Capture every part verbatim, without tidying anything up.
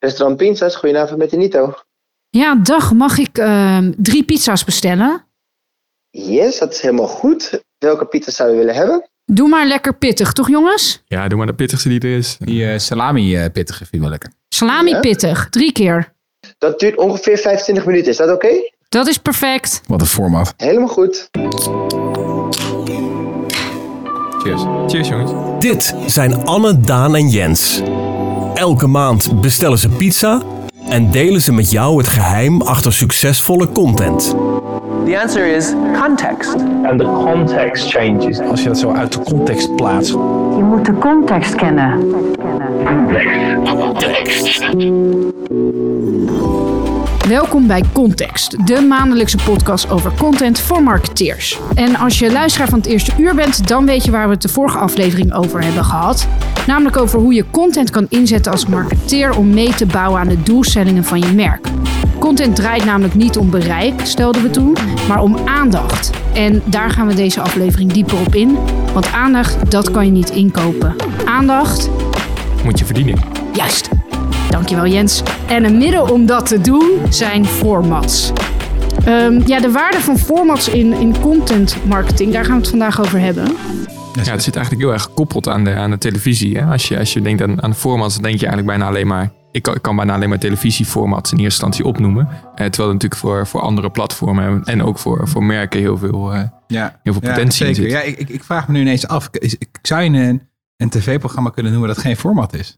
Restaurant Pinza's, goedenavond met Nito. Ja, dag. Mag ik uh, drie pizza's bestellen? Yes, dat is helemaal goed. Welke pizza zou je willen hebben? Doe maar lekker pittig, toch jongens? Ja, doe maar de pittigste die er is. Die uh, salami uh, pittige vind ik wel lekker. Salami ja? pittig, drie keer. Dat duurt ongeveer vijfentwintig minuten, is dat oké? Okay? Dat is perfect. Wat een format. Helemaal goed. Cheers. Cheers jongens. Dit zijn Anne, Daan en Jens. Elke maand bestellen ze pizza en delen ze met jou het geheim achter succesvolle content. The answer is context. And the context changes. Als je dat zo uit de context plaatst. Je moet de context kennen. Context. Welkom bij Context, de maandelijkse podcast over content voor marketeers. En als je luisteraar van het eerste uur bent, dan weet je waar we het de vorige aflevering over hebben gehad. Namelijk over hoe je content kan inzetten als marketeer om mee te bouwen aan de doelstellingen van je merk. Content draait namelijk niet om bereik, stelden we toen, maar om aandacht. En daar gaan we deze aflevering dieper op in. Want aandacht, dat kan je niet inkopen. Aandacht moet je verdienen. Juist. Dankjewel Jens. En een middel om dat te doen zijn formats. Um, ja, de waarde van formats in, in content marketing, daar gaan we het vandaag over hebben. Ja, het zit eigenlijk heel erg gekoppeld aan de, aan de televisie. Hè? Als, je, als je denkt aan, aan formats, dan denk je eigenlijk bijna alleen maar... Ik kan, ik kan bijna alleen maar televisieformats in eerste instantie opnoemen. Eh, terwijl er natuurlijk voor, voor andere platformen en ook voor, voor merken heel veel, uh, ja. heel veel potentie ja, in zit. Ja, ik, ik vraag me nu ineens af. Is, zou je een, een tv-programma kunnen noemen dat geen format is?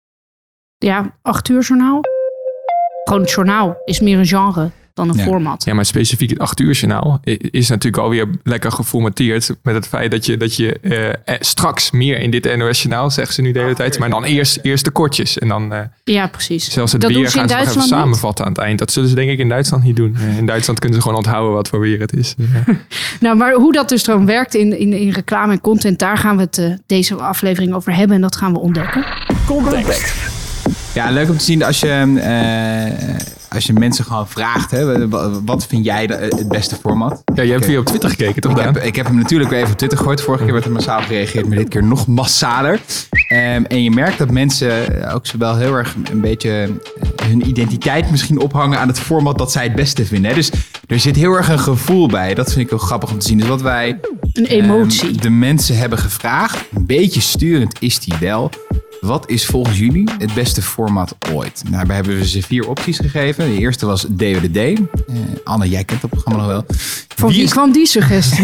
Ja, acht uur journaal. Gewoon het journaal is meer een genre dan een ja. format. Ja, maar specifiek het acht uur journaal is natuurlijk alweer lekker geformateerd met het feit dat je, dat je uh, straks meer in dit N O S journaal, zeggen ze nu de hele tijd, maar dan eerst, eerst de kortjes. En dan uh, ja, precies. Zelfs het dat weer gaan ze nog even samenvatten niet? aan het eind. Dat zullen ze denk ik in Duitsland niet doen. In Duitsland kunnen ze gewoon onthouden wat voor weer het is. Ja. Nou, maar hoe dat dus dan werkt in, in, in reclame en content, daar gaan we het uh, deze aflevering over hebben en dat gaan we ontdekken. Context. Ja, leuk om te zien als je, uh, als je mensen gewoon vraagt. Hè, wat vind jij de, het beste format? Ja, je hebt weer op Twitter gekeken, toch? Ik heb, ik heb hem natuurlijk weer even op Twitter gegooid. Vorige keer werd er massaal gereageerd, maar dit keer nog massaler. Um, en je merkt dat mensen ook wel heel erg een beetje hun identiteit misschien ophangen aan het format dat zij het beste vinden. Hè. Dus er zit heel erg een gevoel bij. Dat vind ik wel grappig om te zien. Dus wat wij een emotie. Um, de mensen hebben gevraagd, een beetje sturend is die wel. Wat is volgens jullie het beste format ooit? Nou, we hebben ze vier opties gegeven. De eerste was D W D D. Uh, Anne, jij kent dat programma nog wel. Van wie, wie is... kwam die suggestie?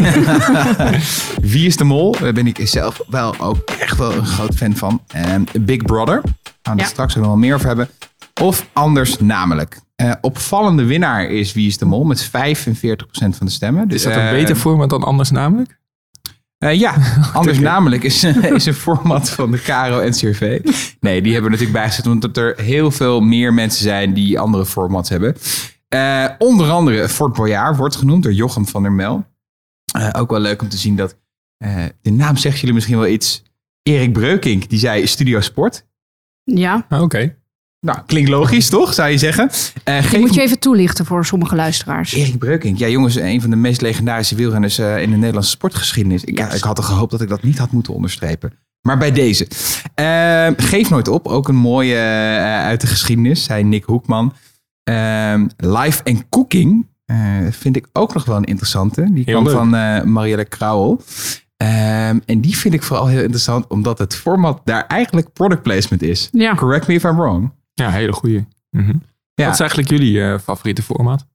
Wie is de Mol? Daar ben ik zelf wel ook echt wel een groot fan van. Um, Big Brother. Daar gaan we het ja. straks nog wel meer over hebben. Of Anders Namelijk. Uh, opvallende winnaar is Wie is de Mol met vijfenveertig procent van de stemmen. Dus, is dat een uh, beter format dan Anders Namelijk? Uh, ja, Anders Namelijk is, is een format van de Caro en C R V. Nee, die hebben we natuurlijk bijgezet, omdat er heel veel meer mensen zijn die andere formats hebben. Uh, onder andere Fort Boyard wordt genoemd door Jochem van der Mel. Uh, ook wel leuk om te zien dat, uh, de naam zegt jullie misschien wel iets. Erik Breukink, die zei Studio Sport. Ja. Ah, Oké. Okay. Nou, klinkt logisch, toch? Zou je zeggen. Uh, geef... moet je even toelichten voor sommige luistuiraars. Erik Breukink. Ja, jongens, een van de meest legendarische wielrenners uh, in de Nederlandse sportgeschiedenis. Ik, yes. ik had er gehoopt dat ik dat niet had moeten onderstrepen. Maar bij deze. Uh, Geef nooit op. Ook een mooie uh, uit de geschiedenis. Zei Nick Hoekman. Uh, Life and Cooking uh, vind ik ook nog wel een interessante. Die kwam van uh, Marielle Krauwel. Uh, en die vind ik vooral heel interessant, omdat het format daar eigenlijk product placement is. Ja. Correct me if I'm wrong. Ja, hele goeie. Mm-hmm. Ja. Wat is eigenlijk jullie uh, favoriete format?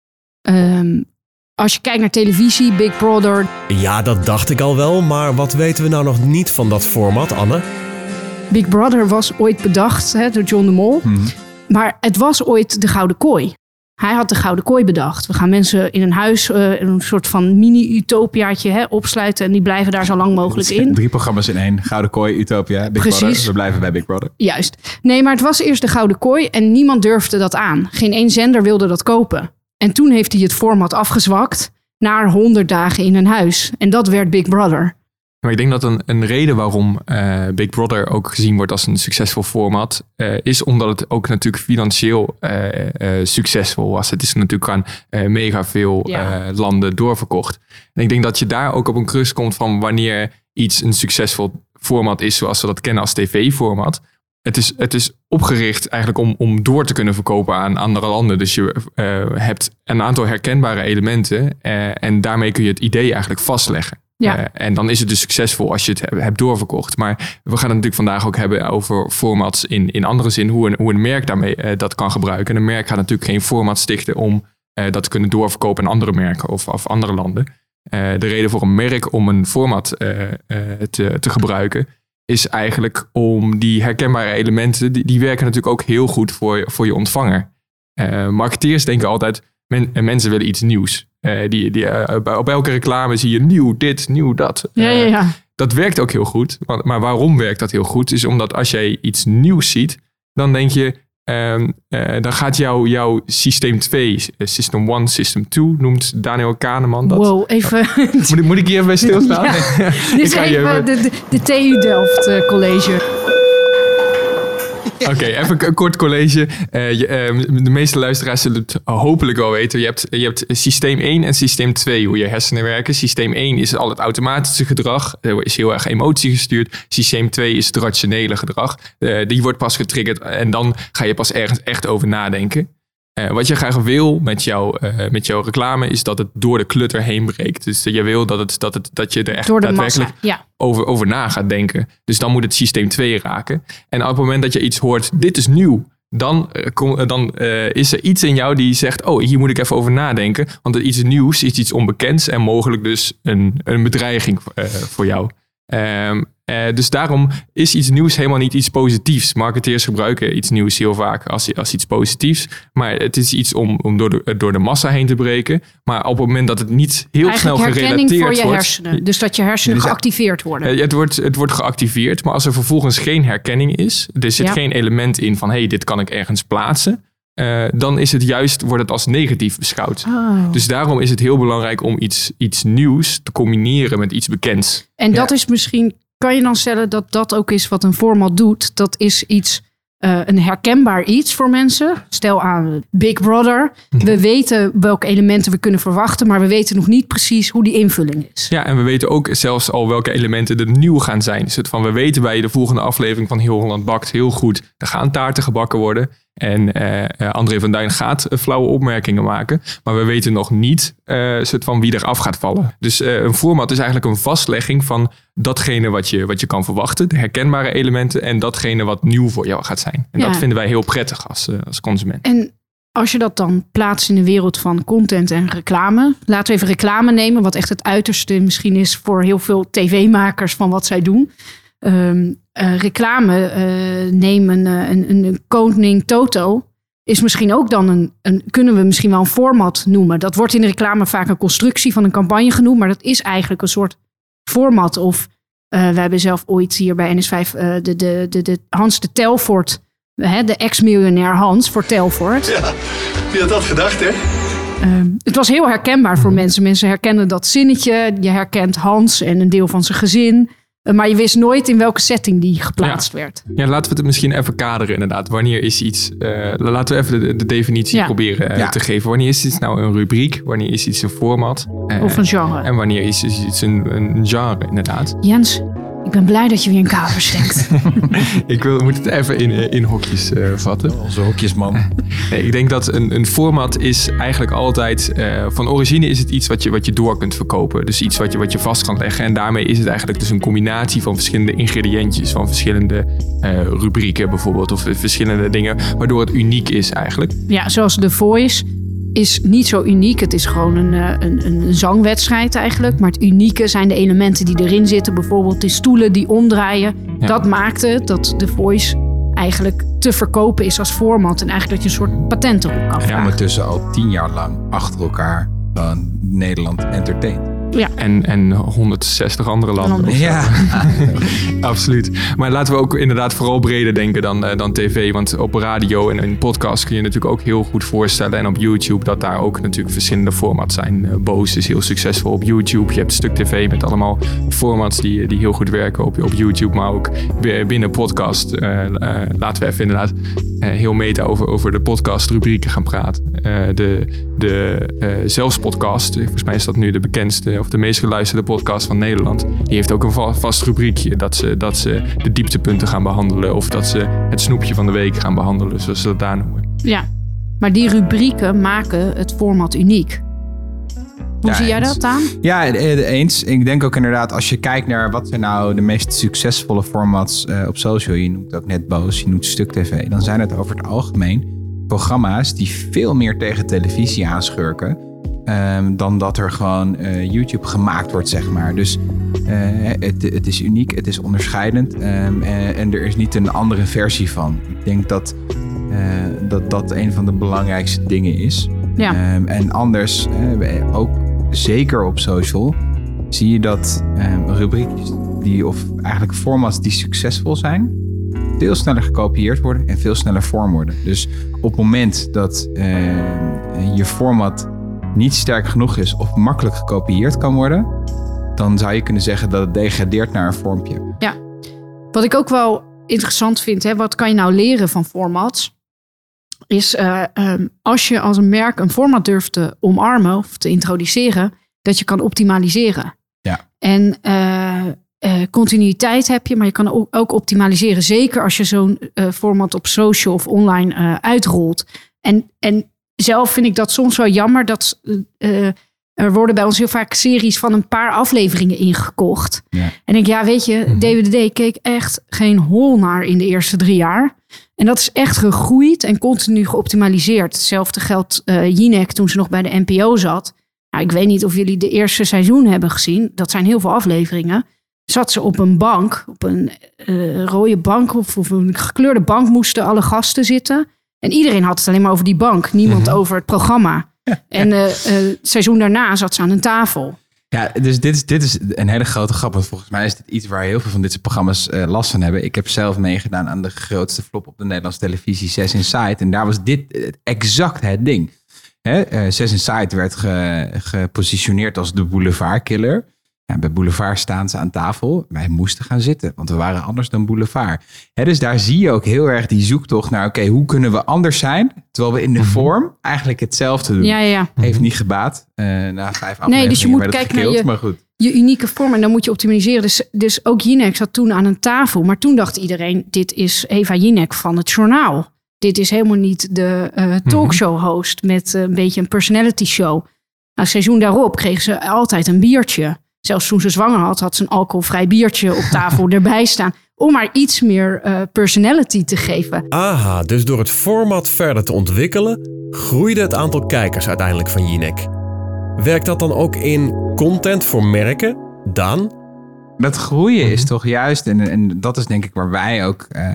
Um, als je kijkt naar televisie, Big Brother. Ja, dat dacht ik al wel, maar wat weten we nou nog niet van dat format, Anne? Big Brother was ooit bedacht hè, door John de Mol. Mm-hmm. Maar het was ooit de Gouden Kooi. Hij had de Gouden Kooi bedacht. We gaan mensen in een huis, uh, een soort van mini-utopiaatje hè, opsluiten. En die blijven daar zo lang mogelijk in. Drie programma's in één. Gouden Kooi, Utopia, Big Precies. Brother. We blijven bij Big Brother. Juist. Nee, maar het was eerst de Gouden Kooi en niemand durfde dat aan. Geen één zender wilde dat kopen. En toen heeft hij het format afgezwakt naar honderd dagen in een huis. En dat werd Big Brother. Maar ik denk dat een, een reden waarom uh, Big Brother ook gezien wordt als een succesvol format, uh, is omdat het ook natuurlijk financieel uh, uh, succesvol was. Het is natuurlijk aan uh, mega veel ja. uh, landen doorverkocht. En ik denk dat je daar ook op een krus komt van wanneer iets een succesvol format is zoals we dat kennen als tv-format. het, is, het is opgericht eigenlijk om, om door te kunnen verkopen aan andere landen. Dus je uh, hebt een aantal herkenbare elementen uh, en daarmee kun je het idee eigenlijk vastleggen. Ja. Uh, en dan is het dus succesvol als je het hebt doorverkocht. Maar we gaan het natuurlijk vandaag ook hebben over formats in, in andere zin. Hoe een, hoe een merk daarmee uh, dat kan gebruiken. En een merk gaat natuurlijk geen format stichten om uh, dat te kunnen doorverkopen aan andere merken of, of andere landen. Uh, de reden voor een merk om een format uh, uh, te, te gebruiken is eigenlijk om die herkenbare elementen, die, die werken natuurlijk ook heel goed voor, voor je ontvanger. Uh, marketeers denken altijd, men, mensen willen iets nieuws. Uh, die, die, uh, op elke reclame zie je nieuw dit, nieuw dat. Uh, ja, ja, ja. Dat werkt ook heel goed. Maar waarom werkt dat heel goed? Is omdat als jij iets nieuws ziet, dan denk je, uh, uh, dan gaat jouw jouw systeem twee, System one, System two, noemt Daniel Kahneman dat. Wow, even. moet, ik, moet ik hier even bij stilstaan? Ja, dit is even, even de, de, de T U Delft uh, college. Oké, okay, even een kort college. Uh, je, uh, de meeste luisteraars zullen het hopelijk wel weten. Je hebt, je hebt systeem één en systeem twee, hoe je hersenen werken. Systeem één is al het automatische gedrag. Uh, is heel erg emotiegestuurd. Systeem twee is het rationele gedrag. Uh, die wordt pas getriggerd en dan ga je pas ergens echt over nadenken. Uh, wat je graag wil met, jou, uh, met jouw reclame is dat het door de klutter heen breekt. Dus je wil dat, het, dat, het, dat je er echt daadwerkelijk ja. over, over na gaat denken. Dus dan moet het systeem twee raken. En op het moment dat je iets hoort, dit is nieuw. Dan, uh, kom, dan uh, is er iets in jou die zegt, oh, hier moet ik even over nadenken. Want iets nieuws is iets onbekends en mogelijk dus een, een bedreiging uh, voor jou. Um, uh, dus daarom is iets nieuws helemaal niet iets positiefs. Marketeers gebruiken iets nieuws heel vaak als, als iets positiefs. Maar het is iets om, om door, de, door de massa heen te breken. Maar op het moment dat het niet heel eigenlijk snel gerelateerd wordt... herkenning voor je hersenen. Dus dat je hersenen dus, geactiveerd worden. Uh, het, wordt, het wordt geactiveerd. Maar als er vervolgens geen herkenning is... er zit ja. geen element in van... hé, hey, dit kan ik ergens plaatsen... Uh, dan is het juist, wordt het als negatief beschouwd. Oh. Dus daarom is het heel belangrijk om iets, iets nieuws te combineren met iets bekends. En dat ja. is misschien, kan je dan stellen dat dat ook is wat een format doet? Dat is iets, uh, een herkenbaar iets voor mensen. Stel aan Big Brother. Mm-hmm. We weten welke elementen we kunnen verwachten, maar we weten nog niet precies hoe die invulling is. Ja, en we weten ook zelfs al welke elementen er nieuw gaan zijn. Dus het van, we weten bij de volgende aflevering van Heel Holland Bakt heel goed. Er gaan taarten gebakken worden. En uh, André van Duin gaat uh, flauwe opmerkingen maken. Maar we weten nog niet uh, soort van wie er af gaat vallen. Dus uh, een format is eigenlijk een vastlegging van datgene wat je, wat je kan verwachten. De herkenbare elementen en datgene wat nieuw voor jou gaat zijn. En ja. dat vinden wij heel prettig als, uh, als consument. En als je dat dan plaatst in de wereld van content en reclame. Laten we even reclame nemen. Wat echt het uiterste misschien is voor heel veel tv-makers van wat zij doen. Um, uh, reclame uh, nemen uh, een, een koning Toto is misschien ook dan een, een kunnen we misschien wel een format noemen. Dat wordt in de reclame vaak een constructie van een campagne genoemd, maar dat is eigenlijk een soort format. Of uh, we hebben zelf ooit hier bij N S vijf uh, de, de, de, de Hans de Telfort, uh, de ex-miljonair Hans voor Telfort. Ja, wie had dat gedacht, hè? Uh, het was heel herkenbaar voor mensen. Mensen herkennen dat zinnetje. Je herkent Hans en een deel van zijn gezin. Maar je wist nooit in welke setting die geplaatst ja. werd. Ja, laten we het misschien even kaderen inderdaad. Wanneer is iets... Uh, laten we even de, de definitie ja. proberen uh, ja. te geven. Wanneer is iets nou een rubriek? Wanneer is iets een format? Uh, of een genre. En wanneer is iets een, een genre inderdaad. Jens, ik ben blij dat je weer een kader schenkt. ik wil, moet het even in, in hokjes uh, vatten. Onze hokjes, man. Nee, ik denk dat een, een format is eigenlijk altijd... Uh, van origine is het iets wat je, wat je door kunt verkopen. Dus iets wat je, wat je vast kan leggen. En daarmee is het eigenlijk dus een combinatie van verschillende ingrediëntjes. Van verschillende uh, rubrieken bijvoorbeeld. Of verschillende dingen. Waardoor het uniek is eigenlijk. Ja, zoals The Voice is niet zo uniek. Het is gewoon een, een, een zangwedstrijd eigenlijk. Maar het unieke zijn de elementen die erin zitten. Bijvoorbeeld de stoelen die omdraaien. Ja. Dat maakte dat The Voice eigenlijk te verkopen is als format. En eigenlijk dat je een soort patent erop kan vragen. En ondertussen al tien jaar lang achter elkaar van Nederland entertaint. Ja. En, en honderdzestig andere landen. Ja, absoluut. Maar laten we ook inderdaad vooral breder denken dan, uh, dan tv. Want op radio en in podcast kun je natuurlijk ook heel goed voorstellen. En op YouTube dat daar ook natuurlijk verschillende formats zijn. Uh, Boos is heel succesvol op YouTube. Je hebt Stuk T V met allemaal formats die, die heel goed werken op, op YouTube. Maar ook binnen podcast. Uh, uh, laten we even inderdaad uh, heel meta over, over de podcast rubrieken gaan praten. uh, de, de uh, Zelfs podcast, volgens mij is dat nu de bekendste of de meest geluisterde podcast van Nederland. Die heeft ook een va- vast rubriekje dat ze, dat ze de dieptepunten gaan behandelen of dat ze het snoepje van de week gaan behandelen, zoals ze dat daar noemen. Ja, maar die rubrieken maken het format uniek. Hoe Ja, zie jij eens. dat aan? Ja, eens. Ik denk ook inderdaad, als je kijkt naar wat zijn nou de meest succesvolle formats uh, op social. Je noemt ook net Boos, je noemt Stuk T V. Dan zijn het over het algemeen programma's die veel meer tegen televisie aanschurken. Um, dan dat er gewoon uh, YouTube gemaakt wordt, zeg maar. Dus uh, het, het is uniek, het is onderscheidend. Um, en, en er is niet een andere versie van. Ik denk dat uh, dat, dat een van de belangrijkste dingen is. Ja. Um, en anders, uh, ook zeker op social, zie je dat um, rubriekjes die, of eigenlijk formats die succesvol zijn, veel sneller gekopieerd worden en veel sneller vorm worden. Dus op het moment dat uh, je format niet sterk genoeg is of makkelijk gekopieerd kan worden, dan zou je kunnen zeggen dat het degradeert naar een vormpje. Ja, wat ik ook wel interessant vind, hè, wat kan je nou leren van formats? Is uh, um, als je als een merk een format durft te omarmen of te introduceren, dat je kan optimaliseren. Ja. En uh, uh, continuïteit heb je, maar je kan ook, ook optimaliseren. Zeker als je zo'n uh, format op social of online uh, uitrolt. En, en zelf vind ik dat soms wel jammer dat uh, er worden bij ons heel vaak series van een paar afleveringen ingekocht. Ja. En ik, ja, weet je, D W D D keek echt geen hol naar in de eerste drie jaar. En dat is echt gegroeid en continu geoptimaliseerd. Hetzelfde geldt uh, Jinek toen ze nog bij de N P O zat. Nou, ik weet niet of jullie de eerste seizoen hebben gezien. Dat zijn heel veel afleveringen. Zat ze op een bank, op een uh, rode bank of, of een gekleurde bank moesten alle gasten zitten. En iedereen had het alleen maar over die bank. Niemand mm-hmm. over het programma. Ja, en uh, uh, het seizoen daarna zat ze aan een tafel. Ja, dus dit is, dit is een hele grote grap. Want volgens mij is dit iets waar heel veel van dit soort programma's uh, last van hebben. Ik heb zelf meegedaan aan de grootste flop op de Nederlandse televisie, Zes Inside. En daar was dit exact het ding. Hè? Uh, Zes Inside werd ge, gepositioneerd als de boulevardkiller. Ja, bij Boulevard staan ze aan tafel. Wij moesten gaan zitten, want we waren anders dan Boulevard. Hè, dus daar zie je ook heel erg die zoektocht naar, oké, okay, hoe kunnen we anders zijn? Terwijl we in de vorm eigenlijk hetzelfde doen. Ja, ja. Heeft niet gebaat. Uh, na vijf afleveringen nee, dus je moet kijken gekild, naar je, maar goed. je unieke vorm en dan moet je optimaliseren. Dus, dus ook Jinek zat toen aan een tafel. Maar toen dacht iedereen, dit is Eva Jinek van het journaal. Dit is helemaal niet de uh, talkshow host met uh, een beetje een personality show. Nou, het seizoen daarop kreeg ze altijd een biertje. Zelfs toen ze zwanger had, had ze een alcoholvrij biertje op tafel erbij staan. Om maar iets meer uh, personality te geven. Aha, dus door het format verder te ontwikkelen, groeide het aantal kijkers uiteindelijk van Jinek. Werkt dat dan ook in content voor merken, Daan? Dat groeien is toch juist, en, en dat is denk ik waar wij ook uh,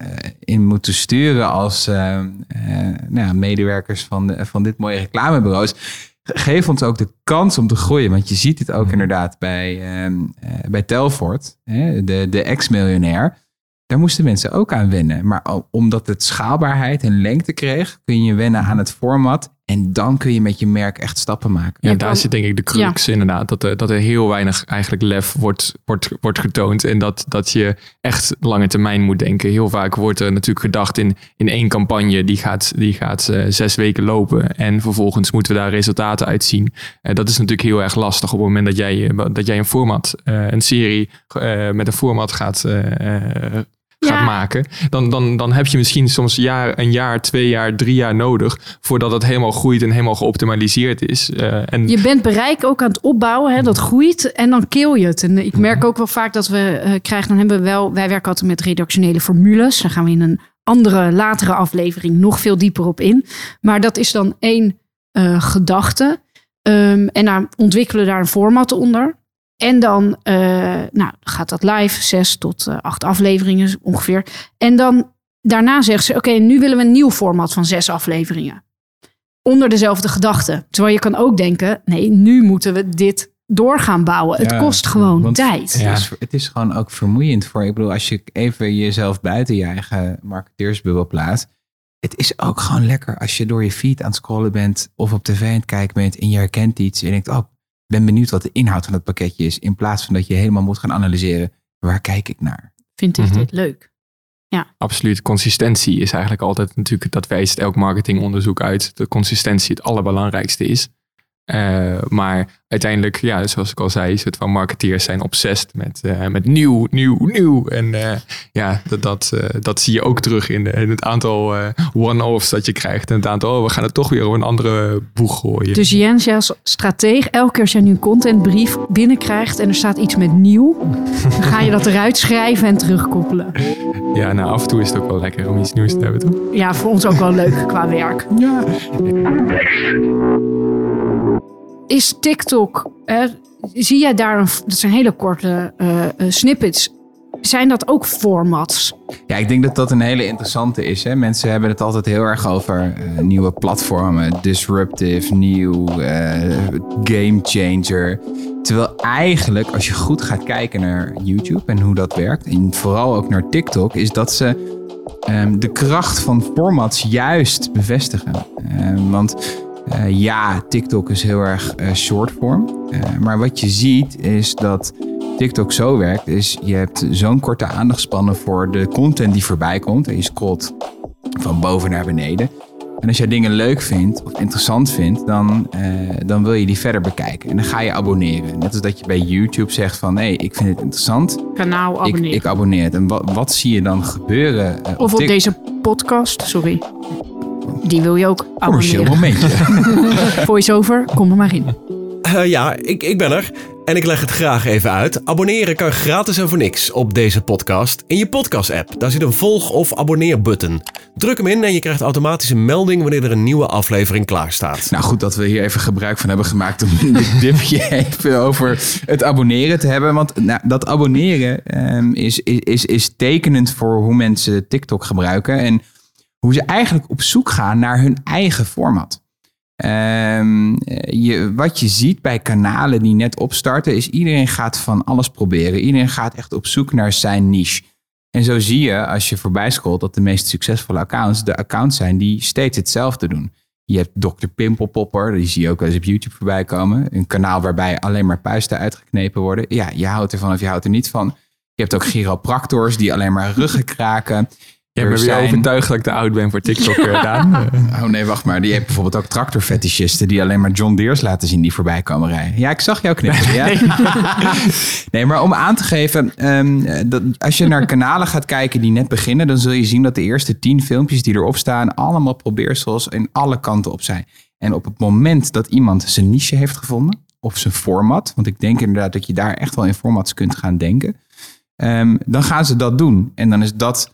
in moeten sturen als uh, uh, nou ja, medewerkers van, de, van dit mooie reclamebureaus. Geef ons ook de kans om te groeien. Want je ziet het ook inderdaad bij, um, uh, bij Telfort, hè, de, de ex-miljonair. Daar moesten mensen ook aan wennen. Maar omdat het schaalbaarheid en lengte kreeg, kun je wennen aan het format. En dan kun je met je merk echt stappen maken. Ja, Ja, daar kan- zit denk ik de crux ja. inderdaad. Dat er, dat er heel weinig eigenlijk lef wordt, wordt, wordt getoond. En dat, dat je echt lange termijn moet denken. Heel vaak wordt er natuurlijk gedacht in, in één campagne. Die gaat, die gaat uh, zes weken lopen. En vervolgens moeten we daar resultaten uit zien. Uh, dat is natuurlijk heel erg lastig op het moment dat jij, uh, dat jij een format, uh, een serie uh, met een format gaat... Uh, uh, gaat Ja. maken, dan, dan, dan heb je misschien soms jaar, een jaar, twee jaar, drie jaar nodig voordat het helemaal groeit en helemaal geoptimaliseerd is. Uh, en Je bent bereik ook aan het opbouwen, hè, dat groeit en dan kill je het. En ik merk ook wel vaak dat we uh, krijgen, dan hebben we wel, wij werken altijd met redactionele formules. Daar gaan we in een andere, latere aflevering nog veel dieper op in. Maar dat is dan één uh, gedachte. Um, en dan ontwikkelen we daar een format onder. En dan uh, nou, gaat dat live, zes tot uh, acht afleveringen ongeveer. En dan daarna zegt ze, oké, okay, nu willen we een nieuw format van zes afleveringen. Onder dezelfde gedachte. Terwijl je kan ook denken, nee, nu moeten we dit door gaan bouwen. Het Ja, kost gewoon want tijd. Het, is, het is gewoon ook vermoeiend voor. Ik bedoel, als je even jezelf buiten je eigen marketeersbubbel plaatst. Het is ook gewoon lekker als je door je feed aan het scrollen bent of op tv aan het kijken bent en je herkent iets en je denkt, oh, ik ben benieuwd wat de inhoud van het pakketje is. In plaats van dat je helemaal moet gaan analyseren, waar kijk ik naar? Vind ik Mhm. dit leuk? Ja. Absoluut. Consistentie is eigenlijk altijd natuurlijk, dat wijst elk marketingonderzoek uit, dat consistentie het allerbelangrijkste is. Uh, maar uiteindelijk, ja, zoals ik al zei, soort van marketeers zijn obsessed met, uh, met nieuw, nieuw, nieuw. En uh, ja, dat, dat, uh, dat zie je ook terug in, de, in het aantal uh, one-offs dat je krijgt. En het aantal, oh, we gaan het toch weer op een andere boeg gooien. Dus Jens, jij als strateeg, elke keer als jij nu een contentbrief binnenkrijgt en er staat iets met nieuw, dan ga je dat eruit schrijven en terugkoppelen. Ja, nou af en toe is het ook wel lekker om iets nieuws te hebben, toch? Ja, voor ons ook wel leuk qua werk. Ja. Is TikTok, eh, zie jij daar, een, dat zijn hele korte uh, uh, snippets, zijn dat ook formats? Ja, ik denk dat dat een hele interessante is. Hè? Mensen hebben het altijd heel erg over uh, nieuwe platformen, disruptive, nieuw, uh, game changer. Terwijl eigenlijk, als je goed gaat kijken naar YouTube en hoe dat werkt, en vooral ook naar TikTok, is dat ze um, de kracht van formats juist bevestigen. Um, want uh, ja, TikTok is heel erg uh, shortform. Uh, maar wat je ziet is dat TikTok zo werkt, is je hebt zo'n korte aandachtspannen voor de content die voorbij komt. En je scrolt van boven naar beneden. En als jij dingen leuk vindt of interessant vindt, dan, uh, dan wil je die verder bekijken. En dan ga je abonneren. Net als dat je bij YouTube zegt van, hé, hey, ik vind het interessant. Kanaal abonneren. Ik, ik abonneer het. En wat, wat zie je dan gebeuren? Uh, of op tik- deze podcast, sorry. Die wil je ook commercieel abonneren. momentje. Voice-over, kom er maar in. Uh, ja, ik, ik ben er. En ik leg het graag even uit. Abonneren kan gratis en voor niks op deze podcast in je podcast-app. Daar zit een volg- of abonneer-button. Druk hem in en je krijgt automatisch een melding wanneer er een nieuwe aflevering klaar staat. Nou goed dat we hier even gebruik van hebben gemaakt om dit dipje even over het abonneren te hebben. Want nou, dat abonneren um, is, is, is tekenend voor hoe mensen TikTok gebruiken. En hoe ze eigenlijk op zoek gaan naar hun eigen format. Um, je, wat je ziet bij kanalen die net opstarten is iedereen gaat van alles proberen. Iedereen gaat echt op zoek naar zijn niche. En zo zie je als je voorbij scrolt dat de meest succesvolle accounts de accounts zijn die steeds hetzelfde doen. Je hebt dokter Pimpelpopper, die zie je ook wel eens op YouTube voorbij komen. Een kanaal waarbij alleen maar puisten uitgeknepen worden. Ja, je houdt ervan of je houdt er niet van. Je hebt ook chiropractors die alleen maar ruggen kraken. Je hebt me weer overtuigd dat ik te oud ben voor TikTok, Daan. Oh nee, wacht maar. Die hebt bijvoorbeeld ook tractorfetischisten die alleen maar John Deere's laten zien die voorbij komen rijden. Ja, ik zag jou knippen. Ja? Nee, maar om aan te geven, um, dat als je naar kanalen gaat kijken die net beginnen, dan zul je zien dat de eerste tien filmpjes die erop staan allemaal probeersels in alle kanten op zijn. En op het moment dat iemand zijn niche heeft gevonden, of zijn format, want ik denk inderdaad dat je daar echt wel in formats kunt gaan denken, um, dan gaan ze dat doen. En dan is dat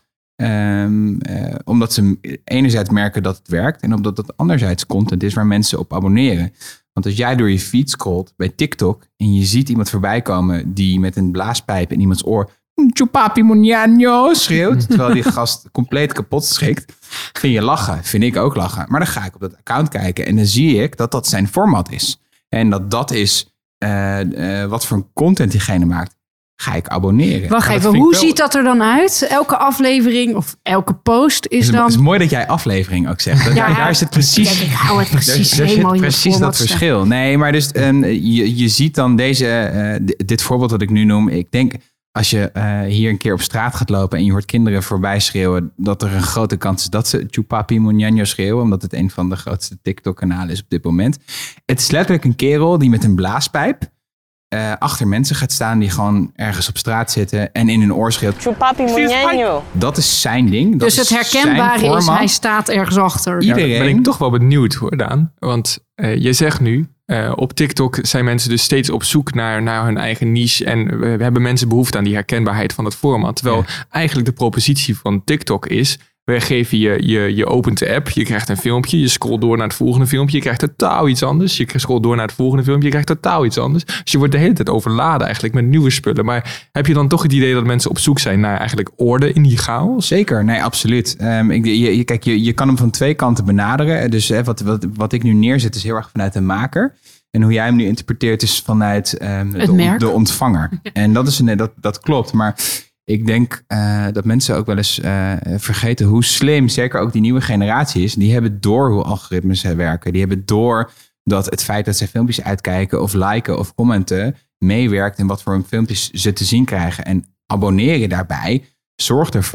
Um, uh, omdat ze enerzijds merken dat het werkt en omdat het anderzijds content is waar mensen op abonneren. Want als jij door je feed scrolt bij TikTok en je ziet iemand voorbij komen die met een blaaspijp in iemands oor Chupapi Munano schreeuwt, terwijl die gast compleet kapot schrikt, vind je lachen. Vind ik ook lachen. Maar dan ga ik op dat account kijken en dan zie ik dat dat zijn format is. En dat dat is uh, uh, wat voor content diegene maakt. Ga ik abonneren. Wacht even, hoe wel... ziet dat er dan uit? Elke aflevering of elke post is dan... Het is mooi dat jij aflevering ook zegt. Dat, ja, daar, daar is het precies... Ja, ik hou het precies daar, helemaal daar in precies dat verschil. Nee, maar dus um, je, je ziet dan deze... Uh, d- dit voorbeeld dat ik nu noem. Ik denk, als je uh, hier een keer op straat gaat lopen en je hoort kinderen voorbij schreeuwen, dat er een grote kans is dat ze Chupapi Munano schreeuwen, omdat het een van de grootste TikTok-kanalen is op dit moment. Het is letterlijk een kerel die met een blaaspijp Uh, achter mensen gaat staan die gewoon ergens op straat zitten en in hun oor schreeuwt. Chupapi Munano. Dat is zijn ding. Dat dus het herkenbare is, hij staat ergens achter. Iedereen. Ja, ben ik toch wel benieuwd hoor, Daan. Want uh, je zegt nu, uh, op TikTok zijn mensen dus steeds op zoek naar, naar hun eigen niche. En we, we hebben mensen behoefte aan die herkenbaarheid van het format. Terwijl ja. eigenlijk de propositie van TikTok is, we geven je, je, je opent de app, je krijgt een filmpje, je scrolt door naar het volgende filmpje, je krijgt totaal iets anders. Je scrolt door naar het volgende filmpje, je krijgt totaal iets anders. Dus je wordt de hele tijd overladen eigenlijk met nieuwe spullen. Maar heb je dan toch het idee dat mensen op zoek zijn naar eigenlijk orde in die chaos? Zeker, nee, absoluut. Um, ik, je, je, kijk, je, je kan hem van twee kanten benaderen. Dus hè, wat, wat, wat ik nu neerzet is heel erg vanuit de maker. En hoe jij hem nu interpreteert is vanuit um, de, de ontvanger. En dat, is een, dat, dat klopt, maar ik denk uh, dat mensen ook wel eens uh, vergeten hoe slim, zeker ook die nieuwe generatie is. Die hebben door hoe algoritmes werken. Die hebben door dat het feit dat ze filmpjes uitkijken of liken of commenten meewerkt in wat voor filmpjes ze te zien krijgen. En abonneren daarbij zorgt ervoor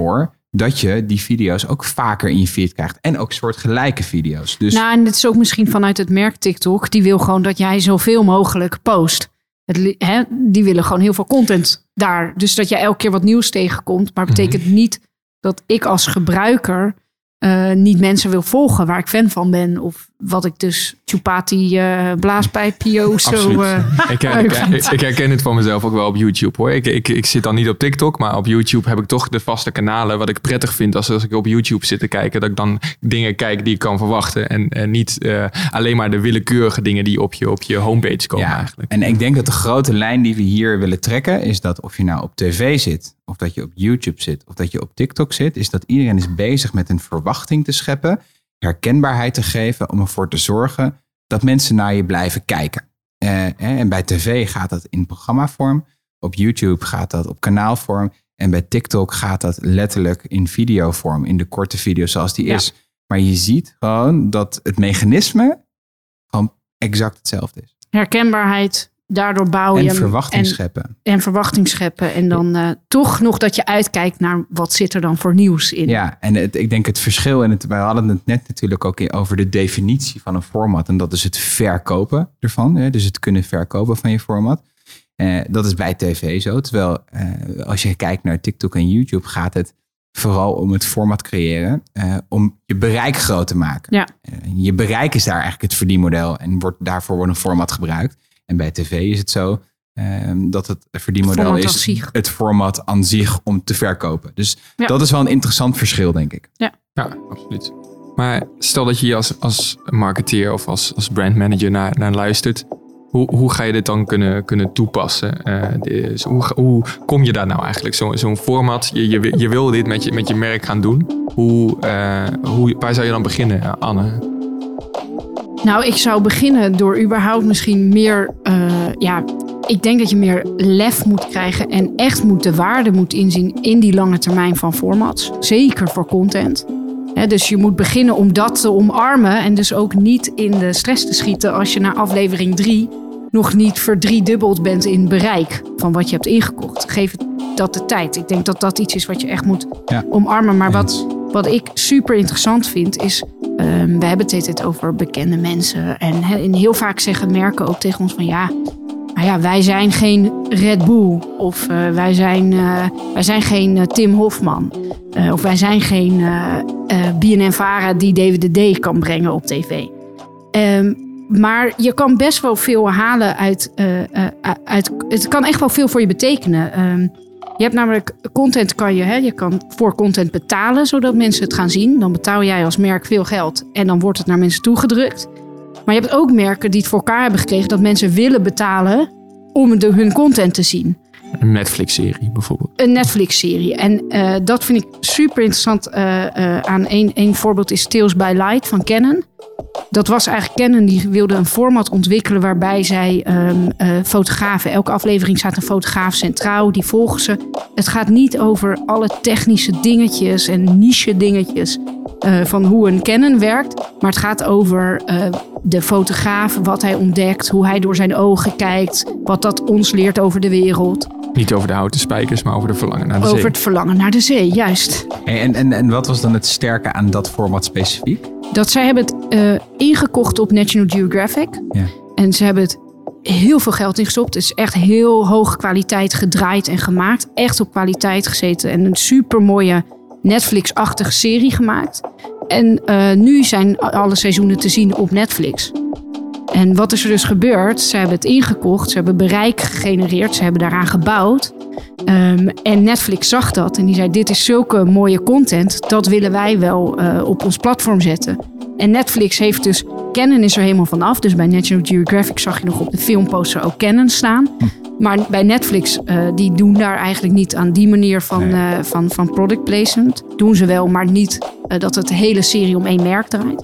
dat je die video's ook vaker in je feed krijgt. En ook soortgelijke video's. Dus... Nou, en het is ook misschien vanuit het merk TikTok. Die wil gewoon dat jij zoveel mogelijk post. Het, hè, die willen gewoon heel veel content daar. Dus dat jij elke keer wat nieuws tegenkomt. Maar betekent mm-hmm. niet dat ik als gebruiker uh, niet mensen wil volgen waar ik fan van ben. Of wat ik dus Chupati uh, blaaspijpio zo... Uh, ik, her, ik, ik, ik herken het van mezelf ook wel op YouTube hoor. Ik, ik, ik zit dan niet op TikTok, maar op YouTube heb ik toch de vaste kanalen. Wat ik prettig vind als, als ik op YouTube zit te kijken. Dat ik dan dingen kijk die ik kan verwachten. En, en niet uh, alleen maar de willekeurige dingen die op je, op je homepage komen ja, eigenlijk. En ik denk dat de grote lijn die we hier willen trekken is dat of je nou op tv zit, of dat je op YouTube zit, of dat je op TikTok zit, is dat iedereen is bezig met een verwachting te scheppen, herkenbaarheid te geven om ervoor te zorgen dat mensen naar je blijven kijken. Uh, en bij tv gaat dat in programmavorm. Op YouTube gaat dat op kanaalvorm. En bij TikTok gaat dat letterlijk in videovorm. In de korte video's zoals die ja. is. Maar je ziet gewoon dat het mechanisme gewoon exact hetzelfde is. Herkenbaarheid, daardoor bouw je en verwachting en, scheppen. En verwachting scheppen. En dan uh, toch nog dat je uitkijkt naar wat zit er dan voor nieuws in. Ja, en het, ik denk het verschil, en het, wij hadden het net natuurlijk ook over de definitie van een format. En dat is het verkopen ervan. Hè, dus het kunnen verkopen van je format. Uh, dat is bij tv zo. Terwijl uh, als je kijkt naar TikTok en YouTube gaat het vooral om het format creëren. Uh, om je bereik groot te maken. Ja. Uh, je bereik is daar eigenlijk het verdienmodel. En wordt, daarvoor wordt een format gebruikt. En bij tv is het zo um, dat het verdienmodel is het format aan zich om te verkopen. Dus ja. dat is wel een interessant verschil, denk ik. Ja, ja absoluut. Maar stel dat je je als, als marketeer of als, als brandmanager naar, naar luistert. Hoe, hoe ga je dit dan kunnen, kunnen toepassen? Uh, dus hoe, hoe kom je daar nou eigenlijk? Zo, zo'n format, je, je, je wil dit met je, met je merk gaan doen. Hoe, uh, hoe, waar zou je dan beginnen, Anne? Nou, ik zou beginnen door überhaupt misschien meer... Uh, ja, ik denk dat je meer lef moet krijgen en echt moet de waarde moet inzien in die lange termijn van formats. Zeker voor content. He, dus je moet beginnen om dat te omarmen en dus ook niet in de stress te schieten als je na aflevering drie nog niet verdriedubbeld bent in bereik van wat je hebt ingekocht. Geef het dat de tijd. Ik denk dat dat iets is wat je echt moet ja. omarmen. Maar wat, wat ik super interessant vind is... Um, we hebben het altijd over bekende mensen. En, he, en heel vaak zeggen merken ook tegen ons van ja... Nou ja, wij zijn geen Red Bull. Of uh, wij, zijn, uh, wij zijn geen uh, Tim Hofman. Uh, of wij zijn geen uh, uh, B N N Vara die D W D D kan brengen op tv. Um, maar je kan best wel veel halen uit... Uh, uh, uit het kan echt wel veel voor je betekenen. Um, Je hebt namelijk content kan je, hè, je kan voor content betalen zodat mensen het gaan zien. Dan betaal jij als merk veel geld en dan wordt het naar mensen toegedrukt. Maar je hebt ook merken die het voor elkaar hebben gekregen dat mensen willen betalen om de, hun content te zien. Een Netflix-serie bijvoorbeeld. Een Netflix-serie. En uh, dat vind ik super interessant. Uh, uh, aan één, één voorbeeld is Tales by Light van Canon. Dat was eigenlijk Canon die wilde een format ontwikkelen waarbij zij um, uh, fotografen... Elke aflevering staat een fotograaf centraal, die volgen ze. Het gaat niet over alle technische dingetjes en niche dingetjes uh, van hoe een Canon werkt. Maar het gaat over uh, de fotograaf, wat hij ontdekt, hoe hij door zijn ogen kijkt. Wat dat ons leert over de wereld. Niet over de houten spijkers, maar over de verlangen naar de over zee. Over het verlangen naar de zee, juist. Hey, en, en, en wat was dan het sterke aan dat format specifiek? Dat zij hebben het uh, ingekocht op National Geographic. Ja. En ze hebben het heel veel geld ingestopt. Het is echt heel hoge kwaliteit gedraaid en gemaakt. Echt op kwaliteit gezeten. En een super mooie Netflix-achtige serie gemaakt. En uh, nu zijn alle seizoenen te zien op Netflix. En wat is er dus gebeurd? Ze hebben het ingekocht, ze hebben bereik gegenereerd, ze hebben daaraan gebouwd. Um, en Netflix zag dat en die zei, dit is zulke mooie content, dat willen wij wel uh, op ons platform zetten. En Netflix heeft dus, Canon is er helemaal vanaf. Dus bij National Geographic zag je nog op de filmposter ook Canon staan. Hm. Maar bij Netflix, uh, die doen daar eigenlijk niet aan die manier van, nee. uh, van, van product placement. Doen ze wel, maar niet uh, dat het de hele serie om één merk draait.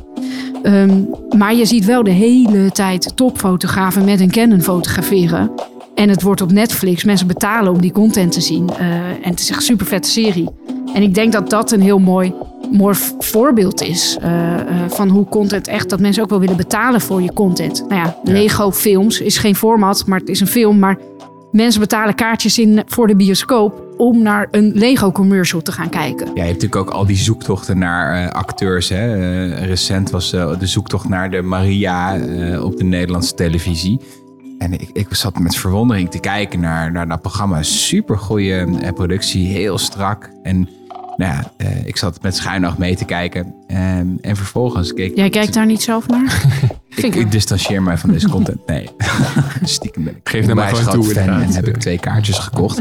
Um, maar je ziet wel de hele tijd topfotografen met een Canon fotograferen. En het wordt op Netflix. Mensen betalen om die content te zien. Uh, en het is echt een super vette serie. En ik denk dat dat een heel mooi, mooi voorbeeld is. Uh, uh, van hoe content echt, dat mensen ook wel willen betalen voor je content. Nou ja, Lego films is geen format, maar het is een film. Maar mensen betalen kaartjes in voor de bioscoop om naar een Lego commercial te gaan kijken. Ja, je hebt natuurlijk ook al die zoektochten naar uh, acteurs. Hè? Uh, recent was uh, de zoektocht naar de Maria uh, op de Nederlandse televisie. En ik, ik zat met verwondering te kijken naar, naar dat programma. Super goede uh, productie, heel strak. En nou ja, uh, ik zat met schuin oog mee te kijken. Um, en vervolgens keek Jij kijkt daar niet zelf naar? ik, ik distancieer mij van deze content. Nee, stiekem ben ik. Geef hem maar gewoon toe. Fan en heb ik twee kaartjes gekocht.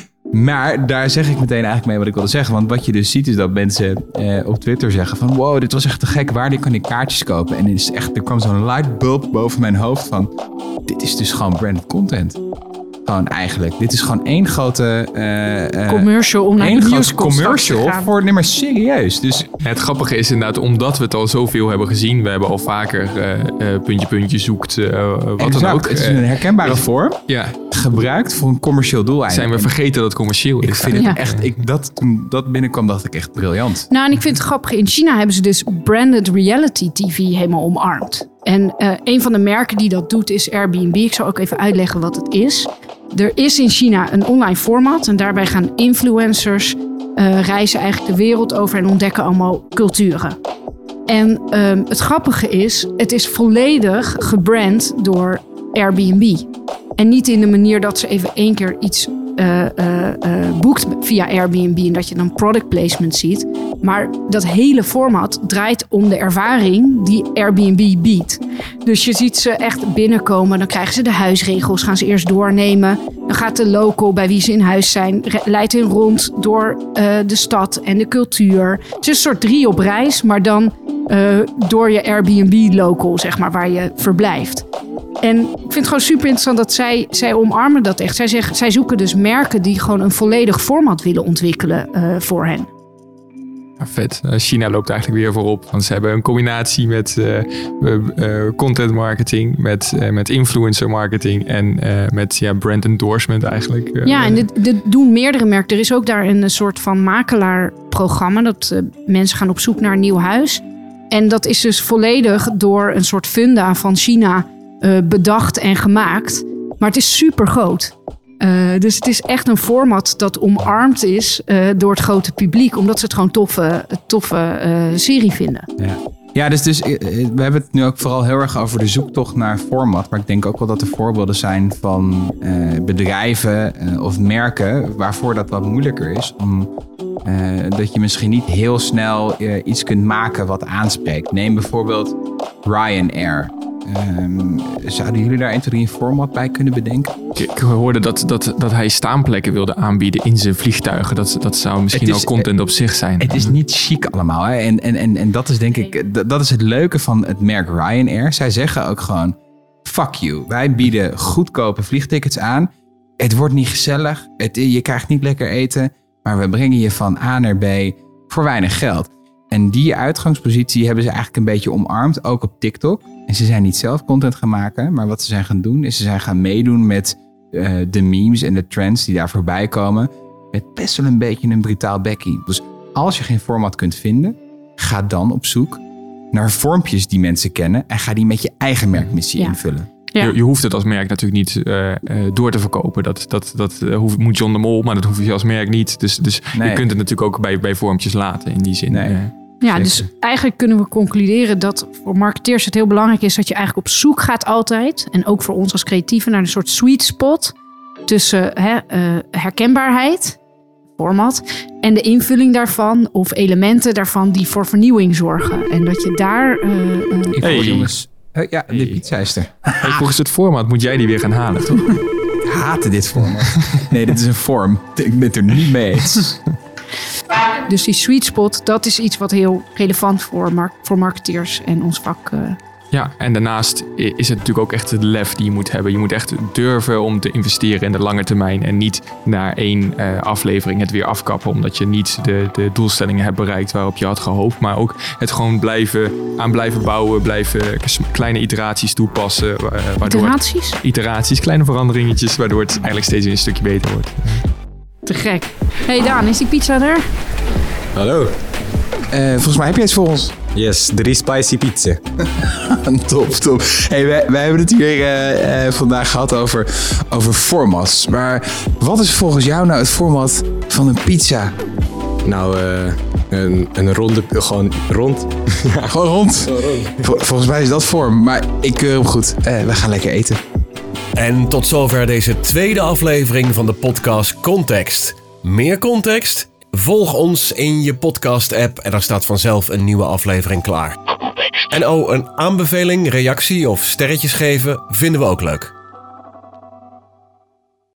Maar daar zeg ik meteen eigenlijk mee wat ik wilde zeggen. Want wat je dus ziet is dat mensen eh, op Twitter zeggen van... wow, dit was echt te gek. Waar kan ik kaartjes kopen? En het is echt, er kwam zo'n lightbulb boven mijn hoofd van... dit is dus gewoon branded content. Gewoon eigenlijk. Dit is gewoon één grote... Uh, commercial om naar de musical commercial te gaan. Voor, nee maar serieus. Dus... Het grappige is inderdaad, omdat we het al zoveel hebben gezien... we hebben al vaker uh, uh, puntje puntje zoekt, uh, wat exact, dan ook. Het is een herkenbare uh, vorm. Ja. Gebruikt voor een commercieel doeleinde. Zijn we vergeten dat het commercieel is. Ik vind ja. het echt... Ik, dat, toen dat binnenkwam, dacht ik echt briljant. Nou, en ik vind het grappig. In China hebben ze dus branded reality T V helemaal omarmd. En uh, een van de merken die dat doet is Airbnb. Ik zal ook even uitleggen wat het is. Er is in China een online format. En daarbij gaan influencers uh, reizen eigenlijk de wereld over en ontdekken allemaal culturen. En um, het grappige is, het is volledig gebrand door Airbnb. En niet in de manier dat ze even één keer iets uh, uh, uh, boekt via Airbnb en dat je dan product placement ziet. Maar dat hele format draait om de ervaring die Airbnb biedt. Dus je ziet ze echt binnenkomen, dan krijgen ze de huisregels, gaan ze eerst doornemen. Dan gaat de local bij wie ze in huis zijn, leidt hen rond door uh, de stad en de cultuur. Het is een soort drie op reis, maar dan uh, door je Airbnb local, zeg maar, waar je verblijft. En ik vind het gewoon super interessant dat zij, zij omarmen dat echt. Zij, zeggen, zij zoeken dus merken die gewoon een volledig format willen ontwikkelen uh, voor hen. Ja, vet. China loopt eigenlijk weer voorop. Want ze hebben een combinatie met uh, uh, content marketing, met, uh, met influencer marketing en uh, met ja, brand endorsement eigenlijk. Uh, ja, en dit, dit doen meerdere merken. Er is ook daar een soort van makelaarprogramma. Dat uh, mensen gaan op zoek naar een nieuw huis. En dat is dus volledig door een soort funda van China uh, bedacht en gemaakt. Maar het is super groot. Uh, dus het is echt een format dat omarmd is uh, door het grote publiek. Omdat ze het gewoon toffe, toffe uh, serie vinden. Ja, ja dus, dus we hebben het nu ook vooral heel erg over de zoektocht naar format. Maar ik denk ook wel dat er voorbeelden zijn van uh, bedrijven uh, of merken waarvoor dat wat moeilijker is. Om, uh, dat je misschien niet heel snel uh, iets kunt maken wat aanspreekt. Neem bijvoorbeeld Ryanair. Um, zouden jullie daar eventueel een format bij kunnen bedenken? Ik, ik hoorde dat, dat, dat hij staanplekken wilde aanbieden in zijn vliegtuigen. Dat, dat zou misschien al content op zich zijn. Het is niet chic allemaal. Hè? En, en, en, en dat is denk ik, dat is het leuke van het merk Ryanair. Zij zeggen ook gewoon, fuck you. Wij bieden goedkope vliegtickets aan. Het wordt niet gezellig. Het, je krijgt niet lekker eten. Maar we brengen je van A naar B voor weinig geld. En die uitgangspositie hebben ze eigenlijk een beetje omarmd, ook op TikTok. En ze zijn niet zelf content gaan maken, maar wat ze zijn gaan doen, is ze zijn gaan meedoen met uh, de memes en de trends die daar voorbij komen. Met best wel een beetje een brutaal bekkie. Dus als je geen format kunt vinden, ga dan op zoek naar vormpjes die mensen kennen en ga die met je eigen merkmissie ja. invullen. Ja. Je, je hoeft het als merk natuurlijk niet uh, uh, door te verkopen. Dat, dat, dat uh, hoeft, moet John de Mol, maar dat hoef je als merk niet. Dus, dus nee. je kunt het natuurlijk ook bij, bij vormpjes laten in die zin. Nee. Uh, ja, zeker. Dus eigenlijk kunnen we concluderen dat voor marketeers het heel belangrijk is dat je eigenlijk op zoek gaat altijd. En ook voor ons als creatieven naar een soort sweet spot tussen hè, uh, herkenbaarheid, format, en de invulling daarvan of elementen daarvan die voor vernieuwing zorgen. En dat je daar... Uh, uh, hey. jongens. Uh, ja, de pizza is er. Hey, volgens het format moet jij die weer gaan halen, toch? Ik haatte dit format. Nee, dit is een vorm. Ik ben het er niet mee eens. Dus die sweet spot, dat is iets wat heel relevant voor, mar- voor marketeers en ons vak. Uh... Ja, en daarnaast is het natuurlijk ook echt het lef die je moet hebben. Je moet echt durven om te investeren in de lange termijn. En niet na één uh, aflevering het weer afkappen. Omdat je niet de, de doelstellingen hebt bereikt waarop je had gehoopt. Maar ook het gewoon blijven aan blijven bouwen. Blijven kleine iteraties toepassen. Uh, waardoor iteraties? Het, iteraties, kleine veranderingetjes. Waardoor het eigenlijk steeds een stukje beter wordt. Te gek. Hey Daan, is die pizza er? Hallo. Uh, volgens mij heb jij iets voor ons. Yes, drie spicy pizza. top, top. Hey, wij, wij hebben het hier uh, uh, vandaag gehad over, over formats. Maar wat is volgens jou nou het format van een pizza? Nou, uh, een, een ronde, gewoon rond. Ja, gewoon rond. Vol, volgens mij is dat vorm, maar ik keur hem goed. Uh, we gaan lekker eten. En tot zover deze tweede aflevering van de podcast Context. Meer context? Volg ons in je podcast-app en daar staat vanzelf een nieuwe aflevering klaar. En oh, een aanbeveling, reactie of sterretjes geven vinden we ook leuk.